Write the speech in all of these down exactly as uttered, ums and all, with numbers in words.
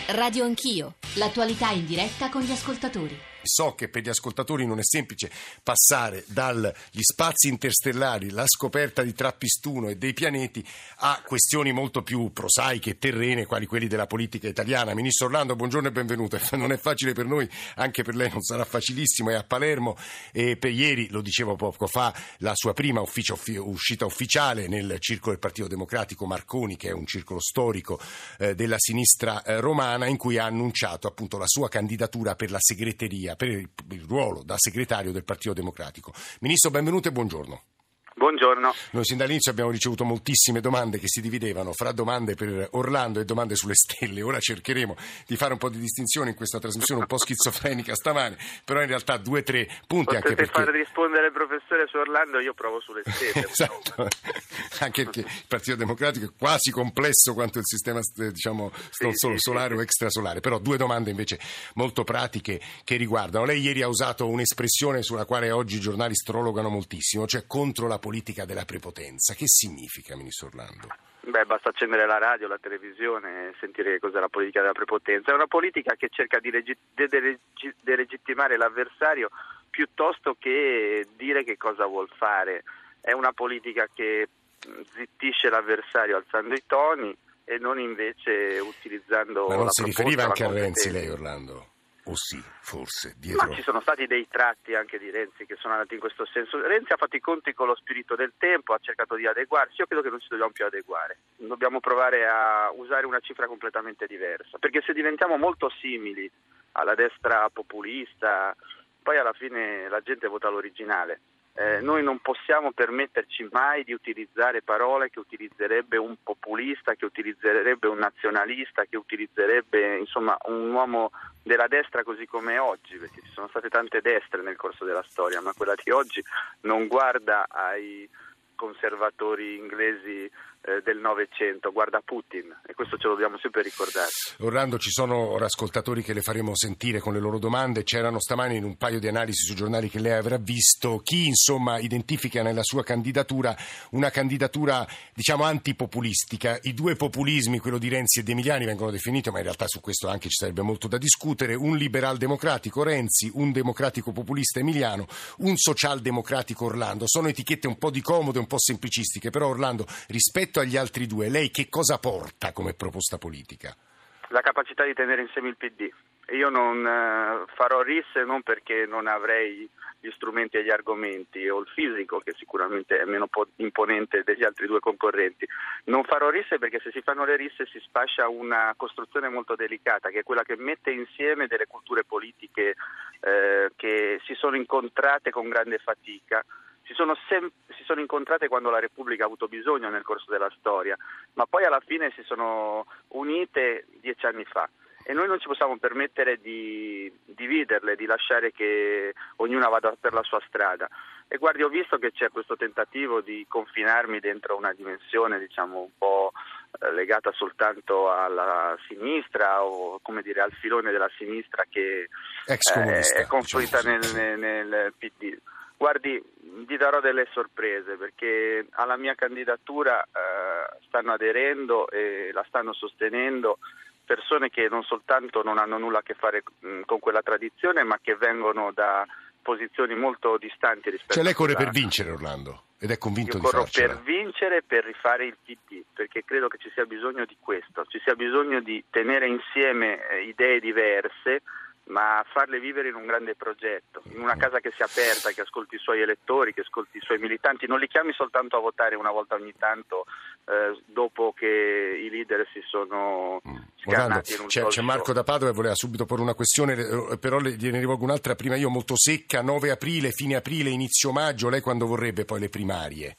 Radio Anch'io, l'attualità in diretta con gli ascoltatori. So che per gli ascoltatori non è semplice passare dagli spazi interstellari, la scoperta di Trappistuno e dei pianeti, a questioni molto più prosaiche e terrene, quali quelli della politica italiana. Ministro Orlando, buongiorno e benvenuto. Non è facile per noi, anche per lei non sarà facilissimo. È a Palermo e per ieri, lo dicevo poco fa, la sua prima ufficio, uscita ufficiale nel circolo del Partito Democratico Marconi, che è un circolo storico eh, della sinistra eh, romana, in cui ha annunciato appunto la sua candidatura per la segreteria, per il, il ruolo da segretario del Partito Democratico. Ministro, benvenuto e buongiorno. Buongiorno. Noi sin dall'inizio abbiamo ricevuto moltissime domande che si dividevano fra domande per Orlando e domande sulle stelle. Ora cercheremo di fare un po' di distinzione in questa trasmissione un po' schizofrenica stamane, però in realtà due o tre punti. Potete anche perché... far rispondere il professore su Orlando, io provo sulle stelle. Esatto, anche perché il Partito Democratico è quasi complesso quanto il sistema, diciamo, sì, non solo sì, solare sì. o extrasolare, però due domande invece molto pratiche che riguardano. Lei ieri ha usato un'espressione sulla quale oggi i giornali strologano moltissimo, cioè contro la politica della prepotenza. Che significa, Ministro Orlando? Beh, basta accendere la radio, la televisione e sentire che cos'è la politica della prepotenza. È una politica che cerca di leggi- de- de- delegittimare l'avversario piuttosto che dire che cosa vuol fare. È una politica che zittisce l'avversario alzando i toni e non invece utilizzando Ma non la si proposta, riferiva anche la a Renzi, competenza. lei, Orlando? O sì, forse, dietro... Ma ci sono stati dei tratti anche di Renzi che sono andati in questo senso. Renzi ha fatto i conti con lo spirito del tempo, ha cercato di adeguarsi. Io credo che non ci dobbiamo più adeguare. Dobbiamo provare a usare una cifra completamente diversa, perché se diventiamo molto simili alla destra populista, poi alla fine la gente vota l'originale. Eh, noi non possiamo permetterci mai di utilizzare parole che utilizzerebbe un populista, che utilizzerebbe un nazionalista, che utilizzerebbe insomma un uomo della destra così come è oggi, perché ci sono state tante destre nel corso della storia, ma quella di oggi non guarda ai conservatori inglesi eh, del Novecento, guarda Putin, e questo ce lo dobbiamo sempre ricordare. Orlando, ci sono ora ascoltatori che le faremo sentire con le loro domande. C'erano stamani in un paio di analisi sui giornali che lei avrà visto chi insomma identifica nella sua candidatura una candidatura diciamo antipopulistica. I due populismi, quello di Renzi e di Emiliani, vengono definiti, ma in realtà su questo anche ci sarebbe molto da discutere: un liberal democratico Renzi, un democratico populista Emiliano, un social democratico Orlando. Sono etichette un po' di comode, un po' semplicistiche, però Orlando, rispetto agli altri due, lei che cosa porta come proposta politica? La capacità di tenere insieme il P D. Io non eh, farò risse non perché non avrei gli strumenti e gli argomenti o il fisico, che sicuramente è meno po- imponente degli altri due concorrenti. Non farò risse perché se si fanno le risse si sfascia una costruzione molto delicata, che è quella che mette insieme delle culture politiche eh, che si sono incontrate con grande fatica. Si sono, sem- si sono incontrate quando la Repubblica ha avuto bisogno nel corso della storia, ma poi alla fine si sono unite dieci anni fa e noi non ci possiamo permettere di dividerle, di lasciare che ognuna vada per la sua strada. E guardi, ho visto che c'è questo tentativo di confinarmi dentro una dimensione, diciamo, un po' eh, legata soltanto alla sinistra o, come dire, al filone della sinistra che Ex eh, è confluita diciamo nel, nel, nel P D. Guardi, vi darò delle sorprese perché alla mia candidatura eh, stanno aderendo e la stanno sostenendo persone che non soltanto non hanno nulla a che fare mh, con quella tradizione, ma che vengono da posizioni molto distanti rispetto a Cioè lei corre quella... per vincere, Orlando, ed è convinto Io di corro farcela. per vincere e per rifare il P D, perché credo che ci sia bisogno di questo, ci sia bisogno di tenere insieme eh, idee diverse, ma farle vivere in un grande progetto, in una casa che sia aperta, che ascolti i suoi elettori, che ascolti i suoi militanti, non li chiami soltanto a votare una volta ogni tanto eh, dopo che i leader si sono scannati in un c'è, talk c'è show. Marco da Padova e voleva subito porre una questione, però le, gliene rivolgo un'altra prima io, molto secca: nove aprile, fine aprile, inizio maggio, lei quando vorrebbe poi le primarie?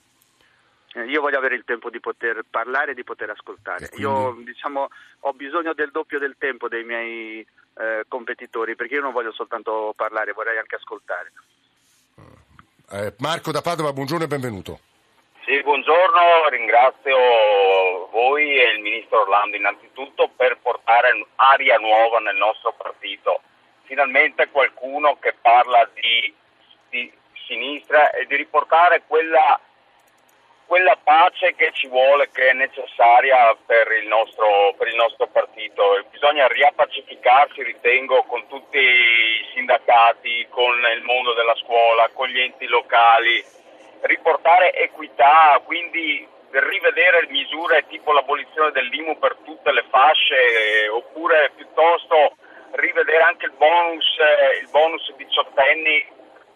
Io voglio avere il tempo di poter parlare e di poter ascoltare. Quindi... Io diciamo ho bisogno del doppio del tempo dei miei eh, competitori, perché io non voglio soltanto parlare, vorrei anche ascoltare. Eh, Marco da Padova, buongiorno e benvenuto. Sì, buongiorno, ringrazio voi e il Ministro Orlando innanzitutto per portare aria nuova nel nostro partito. Finalmente qualcuno che parla di, di sinistra e di riportare quella quella pace che ci vuole, che è necessaria per il nostro, per il nostro partito. Bisogna riappacificarsi, ritengo, con tutti i sindacati, con il mondo della scuola, con gli enti locali, riportare equità, quindi rivedere misure tipo l'abolizione dell'I M U per tutte le fasce, oppure piuttosto rivedere anche il bonus, il bonus diciottenni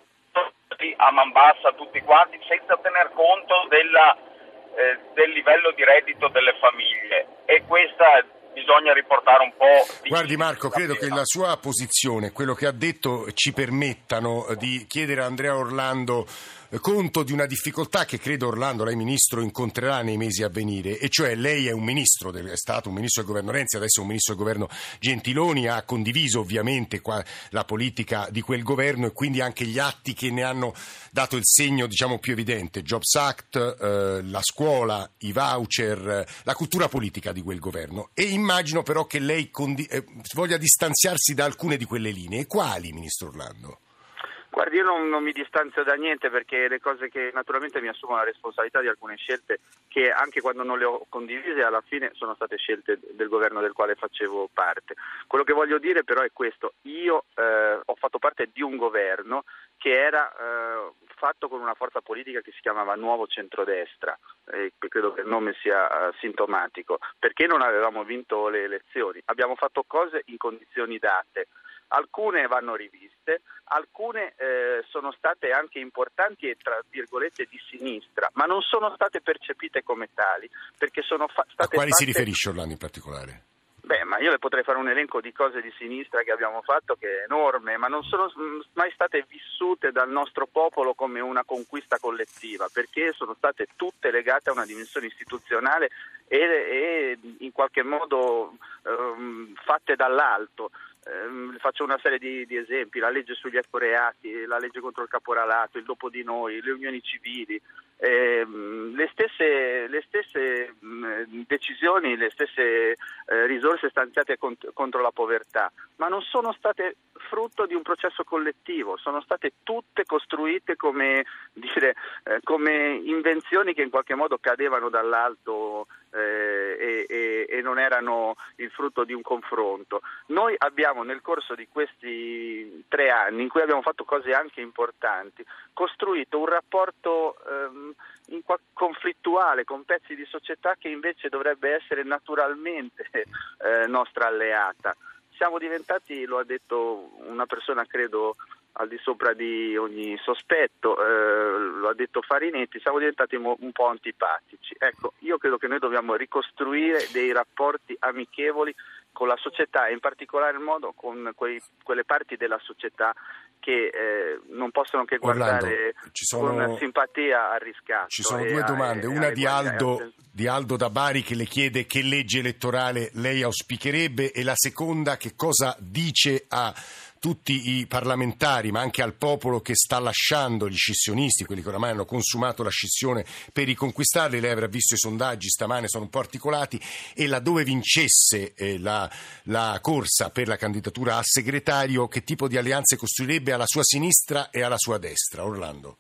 a man bassa tutti quanti, senza tener conto della, eh, del livello di reddito delle famiglie, e questa bisogna riportare un po' di... Guardi Marco, credo che la sua posizione, quello che ha detto, ci permettano di chiedere a Andrea Orlando conto di una difficoltà che credo, Orlando, lei ministro, incontrerà nei mesi a venire, e cioè lei è un ministro, del, è stato un ministro del governo Renzi, adesso è un ministro del governo Gentiloni, ha condiviso ovviamente qua la politica di quel governo e quindi anche gli atti che ne hanno dato il segno, diciamo, più evidente: Jobs Act, eh, la scuola, i voucher, la cultura politica di quel governo. E immagino però che lei condi- eh, voglia distanziarsi da alcune di quelle linee. Quali, ministro Orlando? Guardi, io non, non mi distanzio da niente, perché le cose che naturalmente mi assumo la responsabilità di alcune scelte che, anche quando non le ho condivise, alla fine sono state scelte del governo del quale facevo parte. Quello che voglio dire però è questo: io eh, ho fatto parte di un governo che era eh, fatto con una forza politica che si chiamava Nuovo Centrodestra, e eh, credo che il nome sia eh, sintomatico, perché non avevamo vinto le elezioni. Abbiamo fatto cose in condizioni date. Alcune vanno riviste, alcune eh, sono state anche importanti e, tra virgolette, di sinistra, ma non sono state percepite come tali, perché sono fa- state A quali fatte... si riferisce Orlando in particolare? Beh, ma io le potrei fare un elenco di cose di sinistra che abbiamo fatto che è enorme, ma non sono mai state vissute dal nostro popolo come una conquista collettiva, perché sono state tutte legate a una dimensione istituzionale e, e in qualche modo um, fatte dall'alto. Eh, faccio una serie di, di esempi: la legge sugli ecoreati, la legge contro il caporalato, il dopo di noi, le unioni civili, eh, le stesse, le stesse mh, decisioni, le stesse eh, risorse stanziate cont- contro la povertà, ma non sono state frutto di un processo collettivo, sono state tutte costruite come, dire, eh, come invenzioni che in qualche modo cadevano dall'alto eh, e, e, e non erano il frutto di un confronto. Noi abbiamo, nel corso di questi tre anni, in cui abbiamo fatto cose anche importanti, costruito un rapporto ehm, in qua- conflittuale con pezzi di società che invece dovrebbe essere naturalmente eh, nostra alleata. Siamo diventati, lo ha detto una persona credo al di sopra di ogni sospetto, eh, lo ha detto Farinetti, siamo diventati mo- un po' antipatici. Ecco, io credo che noi dobbiamo ricostruire dei rapporti amichevoli con la società, e in particolar modo con quei, quelle parti della società che eh, non possono che guardare Orlando, ci sono, con simpatia al riscatto. Ci sono due a, domande, e, una e di Aldo, di Aldo da Bari, che le chiede che legge elettorale lei auspicherebbe, e la seconda, che cosa dice a tutti i parlamentari, ma anche al popolo che sta lasciando gli scissionisti, quelli che oramai hanno consumato la scissione, per riconquistarli. Lei avrà visto i sondaggi stamane, sono un po' articolati, e laddove vincesse eh, la, la corsa per la candidatura a segretario, che tipo di alleanze costruirebbe alla sua sinistra e alla sua destra? Orlando.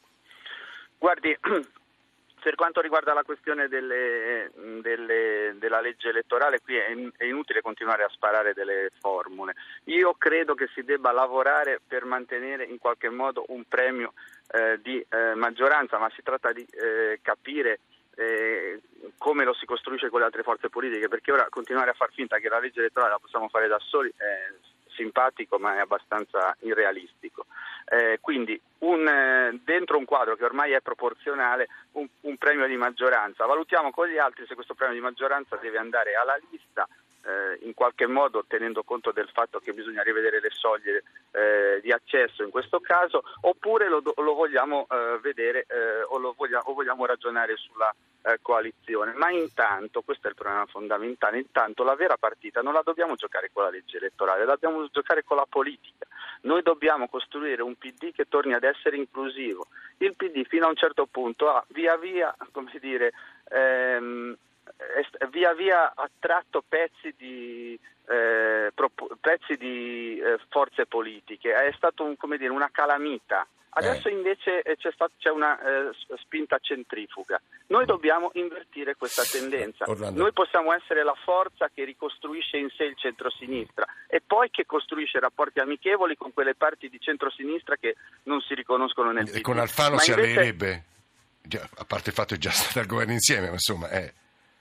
Guardi, per quanto riguarda la questione delle, delle, della legge elettorale, qui è, è inutile continuare a sparare delle formule. Io credo che si debba lavorare per mantenere in qualche modo un premio eh, di eh, maggioranza, ma si tratta di eh, capire eh, come lo si costruisce con le altre forze politiche, perché ora continuare a far finta che la legge elettorale la possiamo fare da soli è simpatico, ma è abbastanza irrealistico. Eh, quindi un, eh, dentro un quadro che ormai è proporzionale, un, un premio di maggioranza. Valutiamo con gli altri se questo premio di maggioranza deve andare alla lista, eh, in qualche modo tenendo conto del fatto che bisogna rivedere le soglie eh, di accesso in questo caso, oppure lo, lo vogliamo eh, vedere eh, o, lo vogliamo, o vogliamo ragionare sulla eh, coalizione. Ma intanto, questo è il problema fondamentale, intanto la vera partita non la dobbiamo giocare con la legge elettorale, la dobbiamo giocare con la politica. Noi dobbiamo costruire un P D che torni ad essere inclusivo. Il P D fino a un certo punto ha via via, come dire, ehm, è, via via attratto pezzi di eh, prop- pezzi di eh, forze politiche, è stato un, come dire, una calamita. Adesso eh. invece eh, c'è, stat- c'è una eh, spinta centrifuga. Noi dobbiamo invertire questa tendenza. Orlando. Noi possiamo essere la forza che ricostruisce in sé il centrosinistra e poi che costruisce rapporti amichevoli con quelle parti di centrosinistra che non si riconoscono nel P D. E con Alfano Ma si invece... allenerebbe? Già, a parte il fatto che è già stato al governo insieme, ma insomma è...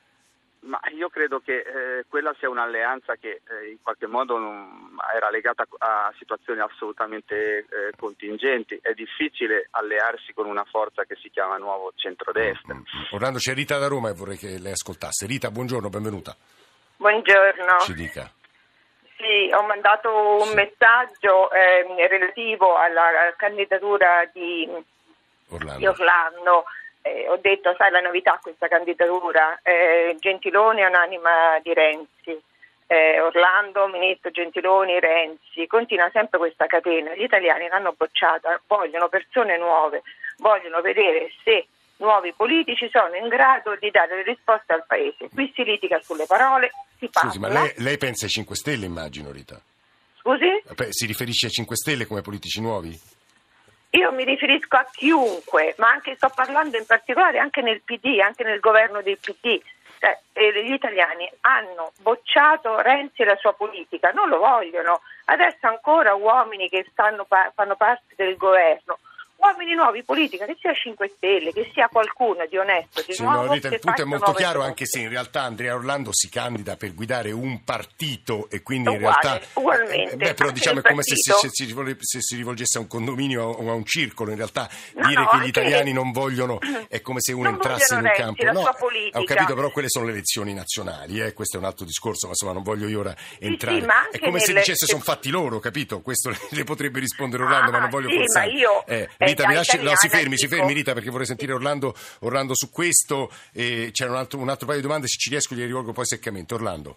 Ma io credo che eh, quella sia un'alleanza che eh, in qualche modo non, era legata a situazioni assolutamente eh, contingenti. È difficile allearsi con una forza che si chiama Nuovo Centrodestra. Mm, mm. Orlando, c'è Rita da Roma e vorrei che lei ascoltasse. Rita, buongiorno, benvenuta. Buongiorno. Ci dica. Sì, ho mandato un sì. messaggio eh, relativo alla candidatura di Orlando. Di Orlando. Eh, ho detto, sai la novità questa candidatura, eh, Gentiloni è un'anima di Renzi, eh, Orlando, ministro Gentiloni, Renzi, continua sempre questa catena, gli italiani l'hanno bocciata, vogliono persone nuove, vogliono vedere se nuovi politici sono in grado di dare le risposte al Paese. Qui si litiga sulle parole, si parla. Scusi, ma lei, lei pensa ai cinque Stelle, immagino, Rita? Scusi? Si riferisce ai cinque Stelle come politici nuovi? Io mi riferisco a chiunque, ma anche sto parlando in particolare anche nel P D, anche nel governo del P D. Eh, gli italiani hanno bocciato Renzi e la sua politica, non lo vogliono. Adesso ancora uomini che stanno, fanno parte del governo, uomini nuovi, politica, che sia cinque Stelle, che sia qualcuno di onesto, di sì, nuovo. No, Rita, il punto è molto chiaro, cose. Anche se in realtà Andrea Orlando si candida per guidare un partito e quindi Uguale, in realtà... ugualmente. Eh, beh, però diciamo è come se si, se, si, se si rivolgesse a un condominio o a un circolo, in realtà no, dire no, che anche... gli italiani non vogliono è come se uno non entrasse in un Renzi, campo. la No, sua politica. ho capito, però quelle sono le elezioni nazionali, eh, questo è un altro discorso, ma insomma non voglio io ora entrare. Sì, sì, ma anche è come nelle... se dicesse sono fatti loro, capito? Questo le potrebbe rispondere Orlando, ah, ma non voglio sì, forzare. Ma io, eh, eh, Rita, mi lasci... no, si fermi, dico... si fermi Rita, perché vorrei sentire Orlando, Orlando su questo. Eh, c'era un altro, un altro paio di domande, se ci riesco gliele rivolgo poi seccamente. Orlando.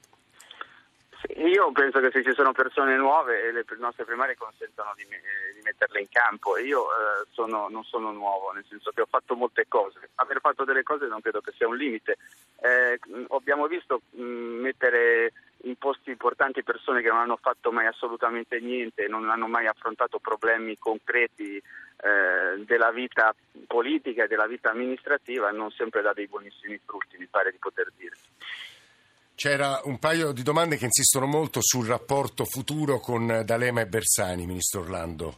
Sì, io penso che se ci sono persone nuove le nostre primarie consentono di, di metterle in campo. Io eh, sono, non sono nuovo, nel senso che ho fatto molte cose. Aver fatto delle cose non credo che sia un limite. Eh, abbiamo visto mh, mettere in posti importanti persone che non hanno fatto mai assolutamente niente, non hanno mai affrontato problemi concreti eh, della vita politica e della vita amministrativa, e non sempre dà dei buonissimi frutti, mi pare di poter dire. C'era un paio di domande che insistono molto sul rapporto futuro con D'Alema e Bersani, ministro Orlando.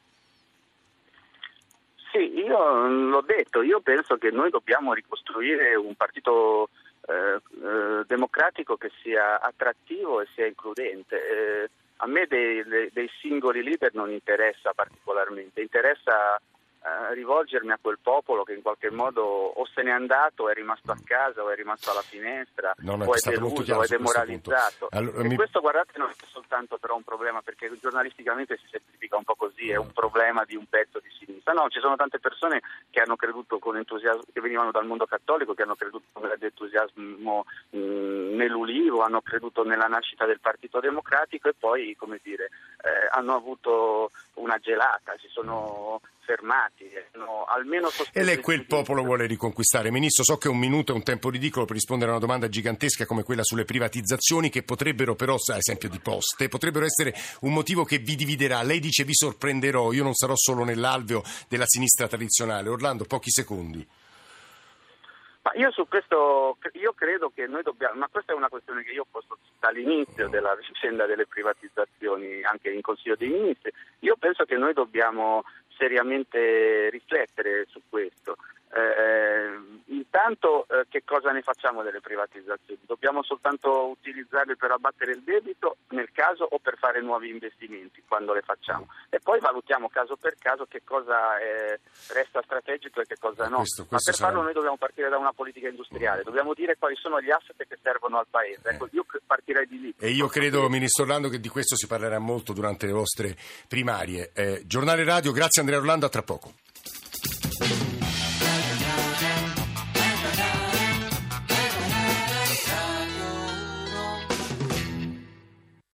Sì, io l'ho detto, io penso che noi dobbiamo ricostruire un partito eh, eh, democratico che sia attrattivo e sia includente. Eh, a me dei, dei singoli leader non interessa particolarmente, interessa Uh, rivolgermi a quel popolo che in qualche modo o se n'è andato, o è rimasto a casa, o è rimasto alla finestra, no, no, o è, è deluso, o è demoralizzato. Allora, e mi... questo, guardate, non è soltanto però un problema, perché giornalisticamente si semplifica un po' così, è un problema di un pezzo di sinistra. No, ci sono tante persone che hanno creduto con entusiasmo, che venivano dal mondo cattolico, che hanno creduto con grande entusiasmo mh, nell'Ulivo, hanno creduto nella nascita del Partito Democratico e poi, come dire, eh, hanno avuto una gelata, si sono fermati, no, almeno e lei quel popolo vuole riconquistare. Ministro, so che un minuto è un tempo ridicolo per rispondere a una domanda gigantesca come quella sulle privatizzazioni, che potrebbero però, ad esempio di Poste, potrebbero essere un motivo che vi dividerà. Lei dice vi sorprenderò, io non sarò solo nell'alveo della sinistra tradizionale. Orlando, pochi secondi. Ma io su questo, io credo che noi dobbiamo, ma questa è una questione che io ho posto dall'inizio della vicenda delle privatizzazioni, anche in Consiglio dei Ministri. Io penso che noi dobbiamo seriamente riflettere su questo. Eh, intanto eh, che cosa ne facciamo delle privatizzazioni? Dobbiamo soltanto utilizzarle per abbattere il debito nel caso, o per fare nuovi investimenti quando le facciamo? E poi valutiamo caso per caso che cosa eh, resta strategico e che cosa no. Questo, questo Ma per sarà... farlo noi dobbiamo partire da una politica industriale, dobbiamo dire quali sono gli asset che servono al Paese. Ecco, io partirei di lì. E io credo, Ministro Orlando, che di questo si parlerà molto durante le vostre primarie. Eh, Giornale Radio, grazie Andrea Orlando, a tra poco.